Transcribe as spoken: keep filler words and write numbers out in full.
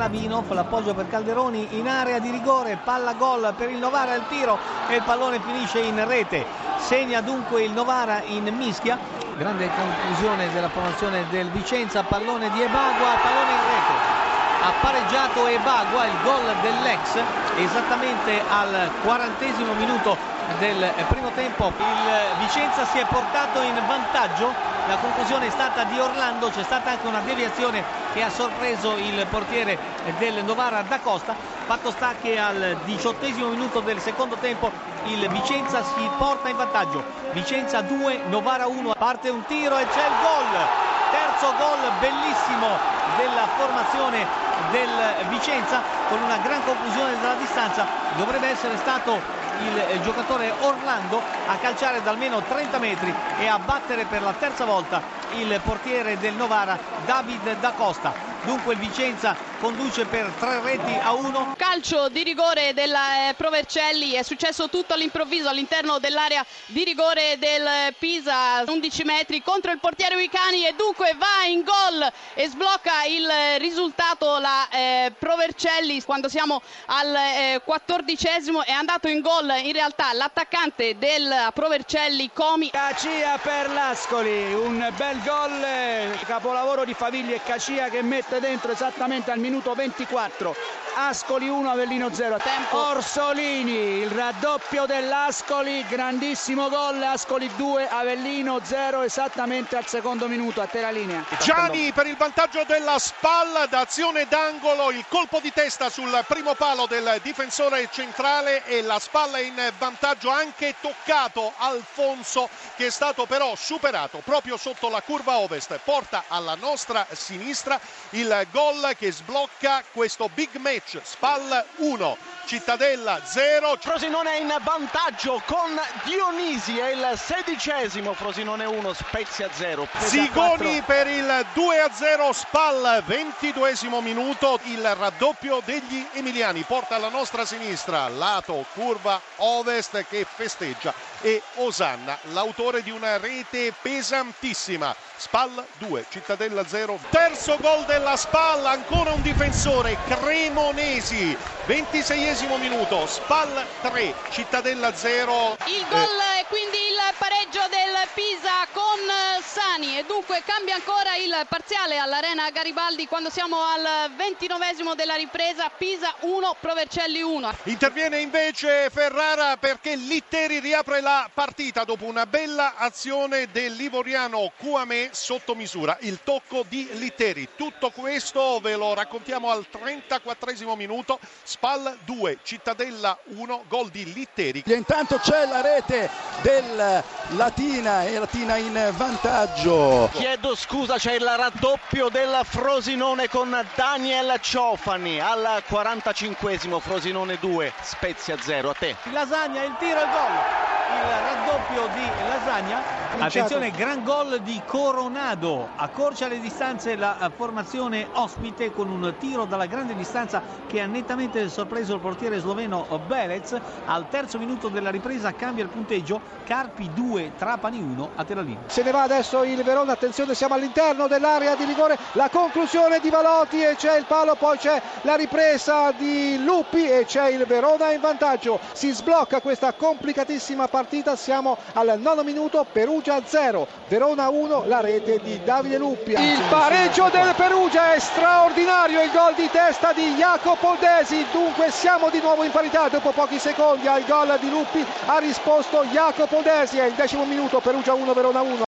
Manabinov, l'appoggio per Calderoni in area di rigore, palla gol per il Novara, il tiro e il pallone finisce in rete. Segna dunque il Novara in mischia. Grande conclusione della promozione del Vicenza, pallone di Ebagua, pallone in rete. Ha pareggiato Ebagua, il gol dell'ex, esattamente al quarantesimo minuto del primo tempo. Il Vicenza si è portato in vantaggio, la conclusione è stata di Orlando, c'è stata anche una deviazione che ha sorpreso il portiere del Novara Da Costa. Fatto sta che al diciottesimo minuto del secondo tempo il Vicenza si porta in vantaggio. Vicenza due, Novara uno, parte un tiro e c'è il gol. Terzo gol bellissimo della formazione del Vicenza, con una gran conclusione dalla distanza. Dovrebbe essere stato il giocatore Orlando a calciare da almeno trenta metri e a battere per la terza volta il portiere del Novara, David Da Costa. Dunque il Vicenza conduce per tre reti a uno. Calcio di rigore della eh, Provercelli, è successo tutto all'improvviso all'interno dell'area di rigore del Pisa, undici metri contro il portiere Wicani, e dunque va in gol e sblocca il risultato la eh, Provercelli. Quando siamo al eh, quattordicesimo è andato in gol in realtà l'attaccante del Provercelli, Comi. Cacia per l'Ascoli, un bel gol, capolavoro di Favilli e Cacia che mette dentro esattamente al minuto ventiquattro. Ascoli uno, Avellino zero. Tempo. Orsolini, il raddoppio dell'Ascoli, grandissimo gol. Ascoli due, Avellino zero, esattamente al secondo minuto. A te la linea. Gianni per il vantaggio della Spal da azione d'angolo, il colpo di testa sul primo palo del difensore centrale e la Spal è in vantaggio, anche toccato Alfonso, che è stato però superato proprio sotto la curva ovest. Porta alla nostra sinistra il gol che sblocca questo big match. Spal uno, Cittadella zero. Frosinone in vantaggio con Dionisi, è il sedicesimo. Frosinone uno, Spezia zero. Zigoni per il due a zero Spal, ventiduesimo minuto. Il raddoppio degli emiliani porta alla nostra sinistra, lato curva ovest, che festeggia, e Osanna, l'autore di una rete pesantissima. Spal due, Cittadella zero. Terzo gol della Spal, ancora un difensore, Cremonesi, ventiseiesimo minuto. Spal tre, Cittadella zero. Il gol eh. è quindi il pareggio del Pisa con Sani, e dunque cambia ancora il parziale all'Arena Garibaldi quando siamo al ventinovesimo della ripresa. Pisa uno, Provercelli uno. Interviene invece Ferrara perché Litteri riapre la partita dopo una bella azione del livoriano Kouamé sotto misura. Il tocco di Litteri. Tutto questo ve lo raccontiamo al trentaquattresimo minuto. Spal due, Cittadella uno, gol di Litteri. E intanto c'è la rete del Latina, e Latina in vantaggio. Chiedo scusa, c'è il raddoppio del Frosinone con Daniel Ciofani al quarantacinquesimo. Frosinone due, Spezia zero. A te. Lasagna, il tiro e il gol. Il raddoppio di Lasagna. Attenzione, gran gol di Coronado. Accorcia le distanze la formazione ospite con un tiro dalla grande distanza che ha nettamente sorpreso il portiere sloveno Belez. Al terzo minuto della ripresa cambia il punteggio. Carpi due, Trapani uno. A Teralini. Se ne va adesso il Verona, attenzione, siamo all'interno dell'area di rigore, la conclusione di Valotti e c'è il palo, poi c'è la ripresa di Lupi e c'è il Verona in vantaggio. Si sblocca questa complicatissima partita, siamo al nono minuto. Perugia zero, Verona uno, la rete di Davide Lupi. Il pareggio del Perugia è straordinario, il gol di testa di Jacopo Desi. Dunque siamo di nuovo in parità dopo pochi secondi. Al gol di Lupi ha risposto Jacopo Desi. È il decimo minuto, Perugia uno, Verona uno.